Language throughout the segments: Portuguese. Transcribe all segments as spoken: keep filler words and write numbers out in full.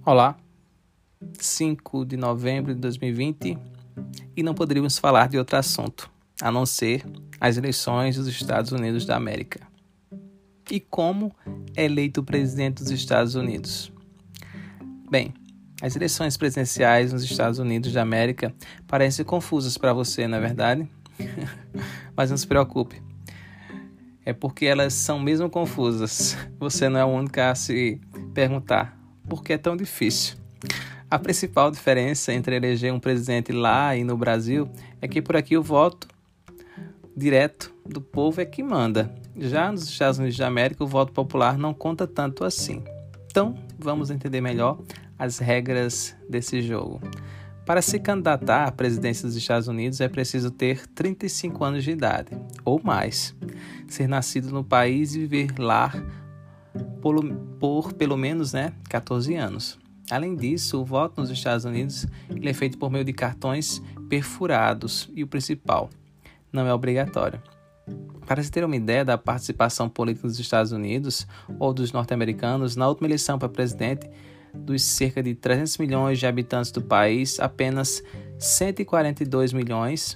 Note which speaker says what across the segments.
Speaker 1: Olá, cinco de novembro de dois mil e vinte e não poderíamos falar de outro assunto, a não ser as eleições dos Estados Unidos da América. E como é eleito o presidente dos Estados Unidos? Bem, as eleições presidenciais nos Estados Unidos da América parecem confusas para você, não é verdade? Mas não se preocupe, é porque elas são mesmo confusas. Você não é o único a se perguntar por que é tão difícil. A principal diferença entre eleger um presidente lá e no Brasil é que por aqui o voto direto do povo é que manda. Já nos Estados Unidos da América, o voto popular não conta tanto assim. Então, vamos entender melhor as regras desse jogo. Para se candidatar à presidência dos Estados Unidos, é preciso ter trinta e cinco anos de idade, ou mais, ser nascido no país e viver lá por, por pelo menos né, catorze anos. Além disso, o voto nos Estados Unidos ele é feito por meio de cartões perfurados e o principal, não é obrigatório. Para se ter uma ideia da participação política dos Estados Unidos ou dos norte-americanos, na última eleição para presidente, dos cerca de trezentos milhões de habitantes do país, apenas cento e quarenta e dois milhões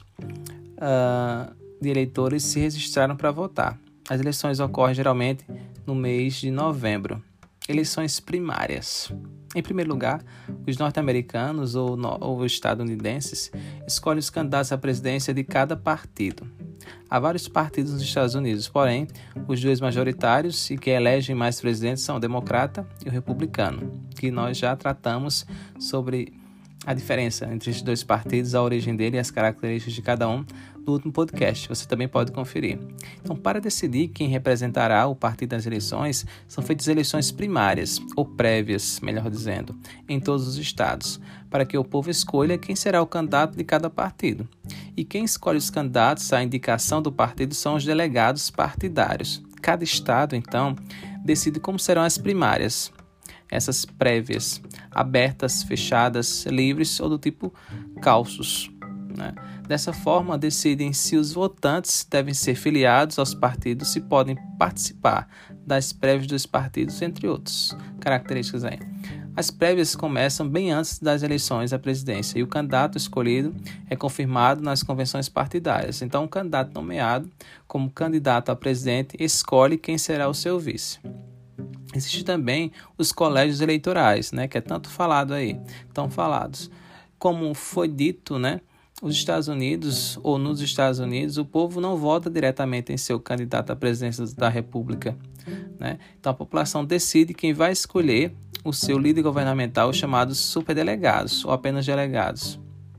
Speaker 1: uh, de eleitores se registraram para votar. As eleições ocorrem geralmente no mês de novembro. Eleições primárias. Em primeiro lugar, os norte-americanos ou, no, ou estadunidenses escolhem os candidatos à presidência de cada partido. Há vários partidos nos Estados Unidos, porém, os dois majoritários e que elegem mais presidentes são o democrata e o republicano, que nós já tratamos sobre a diferença entre esses dois partidos, a origem dele e as características de cada um no último podcast. Você também pode conferir. Então, para decidir quem representará o partido nas eleições, são feitas eleições primárias, ou prévias, melhor dizendo, em todos os estados, para que o povo escolha quem será o candidato de cada partido. E quem escolhe os candidatos à indicação do partido são os delegados partidários. Cada estado, então, decide como serão as primárias. Essas prévias, abertas, fechadas, livres ou do tipo causos, né? Dessa forma, decidem se os votantes devem ser filiados aos partidos, se podem participar das prévias dos partidos, entre outras características aí. As prévias começam bem antes das eleições à presidência e o candidato escolhido é confirmado nas convenções partidárias. Então, o candidato nomeado como candidato a presidente escolhe quem será o seu vice. Existem também os colégios eleitorais, né, que é tanto falado aí, tão falados. Como foi dito, né, os Estados Unidos ou nos Estados Unidos, o povo não vota diretamente em seu candidato à presidência da República, né? Então a população decide quem vai escolher o seu líder governamental, chamados superdelegados ou apenas delegados.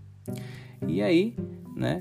Speaker 1: E aí, né,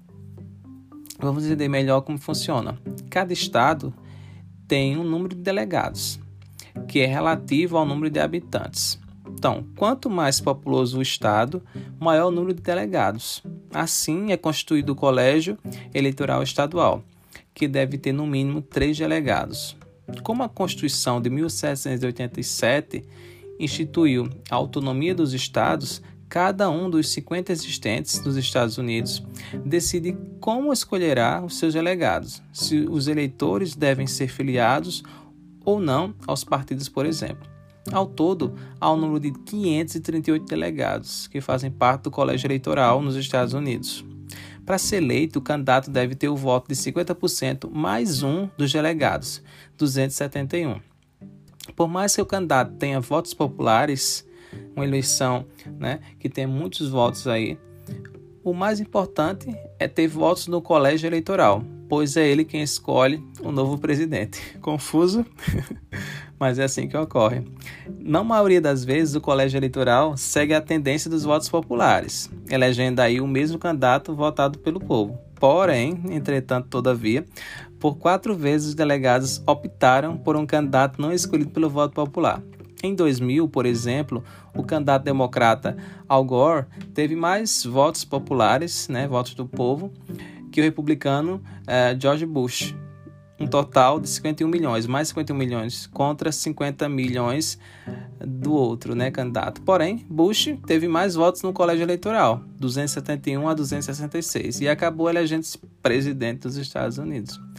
Speaker 1: vamos entender melhor como funciona. Cada estado tem um número de delegados, que é relativo ao número de habitantes. Então, quanto mais populoso o estado, maior o número de delegados. Assim, é constituído o Colégio Eleitoral Estadual, que deve ter no mínimo três delegados. Como a Constituição de mil setecentos e oitenta e sete instituiu a autonomia dos estados, cada um dos cinquenta existentes nos Estados Unidos decide como escolherá os seus delegados, se os eleitores devem ser filiados ou não aos partidos, por exemplo. Ao todo, há um número de quinhentos e trinta e oito delegados que fazem parte do colégio eleitoral nos Estados Unidos. Para ser eleito, o candidato deve ter o voto de cinquenta por cento mais um dos delegados, duzentos e setenta e um. Por mais que o candidato tenha votos populares, uma eleição, né, que tem muitos votos aí, o mais importante é ter votos no colégio eleitoral, pois é ele quem escolhe o novo presidente. Confuso? Mas é assim que ocorre. Na maioria das vezes, o colégio eleitoral segue a tendência dos votos populares, elegendo aí o mesmo candidato votado pelo povo. Porém, entretanto, todavia, por quatro vezes os delegados optaram por um candidato não escolhido pelo voto popular. Em dois mil, por exemplo, o candidato democrata Al Gore teve mais votos populares, né, votos do povo, que o republicano eh, George Bush. Um total de cinquenta e um milhões, mais cinquenta e um milhões contra cinquenta milhões do outro, né, candidato. Porém, Bush teve mais votos no colégio eleitoral, duzentos e setenta e um a duzentos e sessenta e seis, e acabou elegendo-se presidente dos Estados Unidos.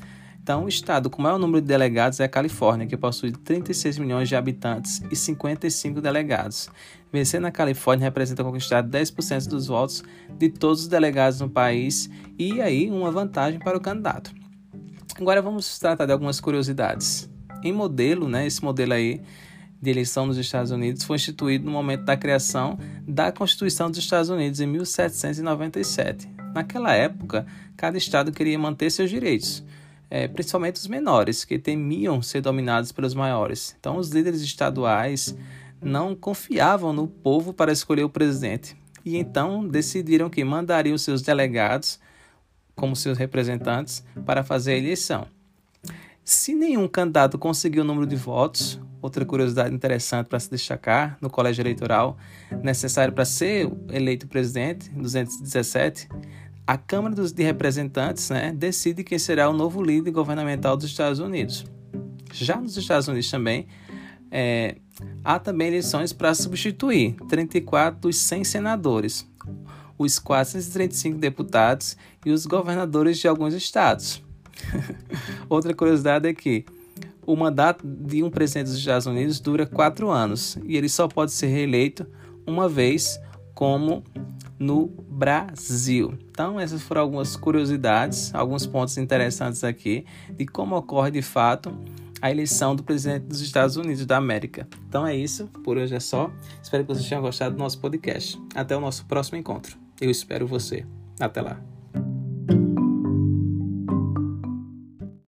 Speaker 1: Então, o estado com maior número de delegados é a Califórnia, que possui trinta e seis milhões de habitantes e cinquenta e cinco delegados. Vencer na Califórnia representa conquistar dez por cento dos votos de todos os delegados no país e aí uma vantagem para o candidato. Agora vamos tratar de algumas curiosidades. Em modelo, né, esse modelo aí de eleição nos Estados Unidos foi instituído no momento da criação da Constituição dos Estados Unidos em mil setecentos e noventa e sete. Naquela época, cada estado queria manter seus direitos, é, principalmente os menores, que temiam ser dominados pelos maiores. Então, os líderes estaduais não confiavam no povo para escolher o presidente e então decidiram que mandariam seus delegados como seus representantes para fazer a eleição. Se nenhum candidato conseguiu o número de votos, outra curiosidade interessante para se destacar no colégio eleitoral, necessário para ser eleito presidente, duzentos e dezessete, a Câmara dos de Representantes, né, decide quem será o novo líder governamental dos Estados Unidos. Já nos Estados Unidos também, é, há também eleições para substituir trinta e quatro dos cem senadores, os quatrocentos e trinta e cinco deputados e os governadores de alguns estados. Outra curiosidade é que o mandato de um presidente dos Estados Unidos dura quatro anos e ele só pode ser reeleito uma vez, como no Brasil. Então, essas foram algumas curiosidades, alguns pontos interessantes aqui de como ocorre de fato a eleição do presidente dos Estados Unidos da América. Então é isso, por hoje é só. Espero que vocês tenham gostado do nosso podcast. Até o nosso próximo encontro. Eu espero você. Até lá.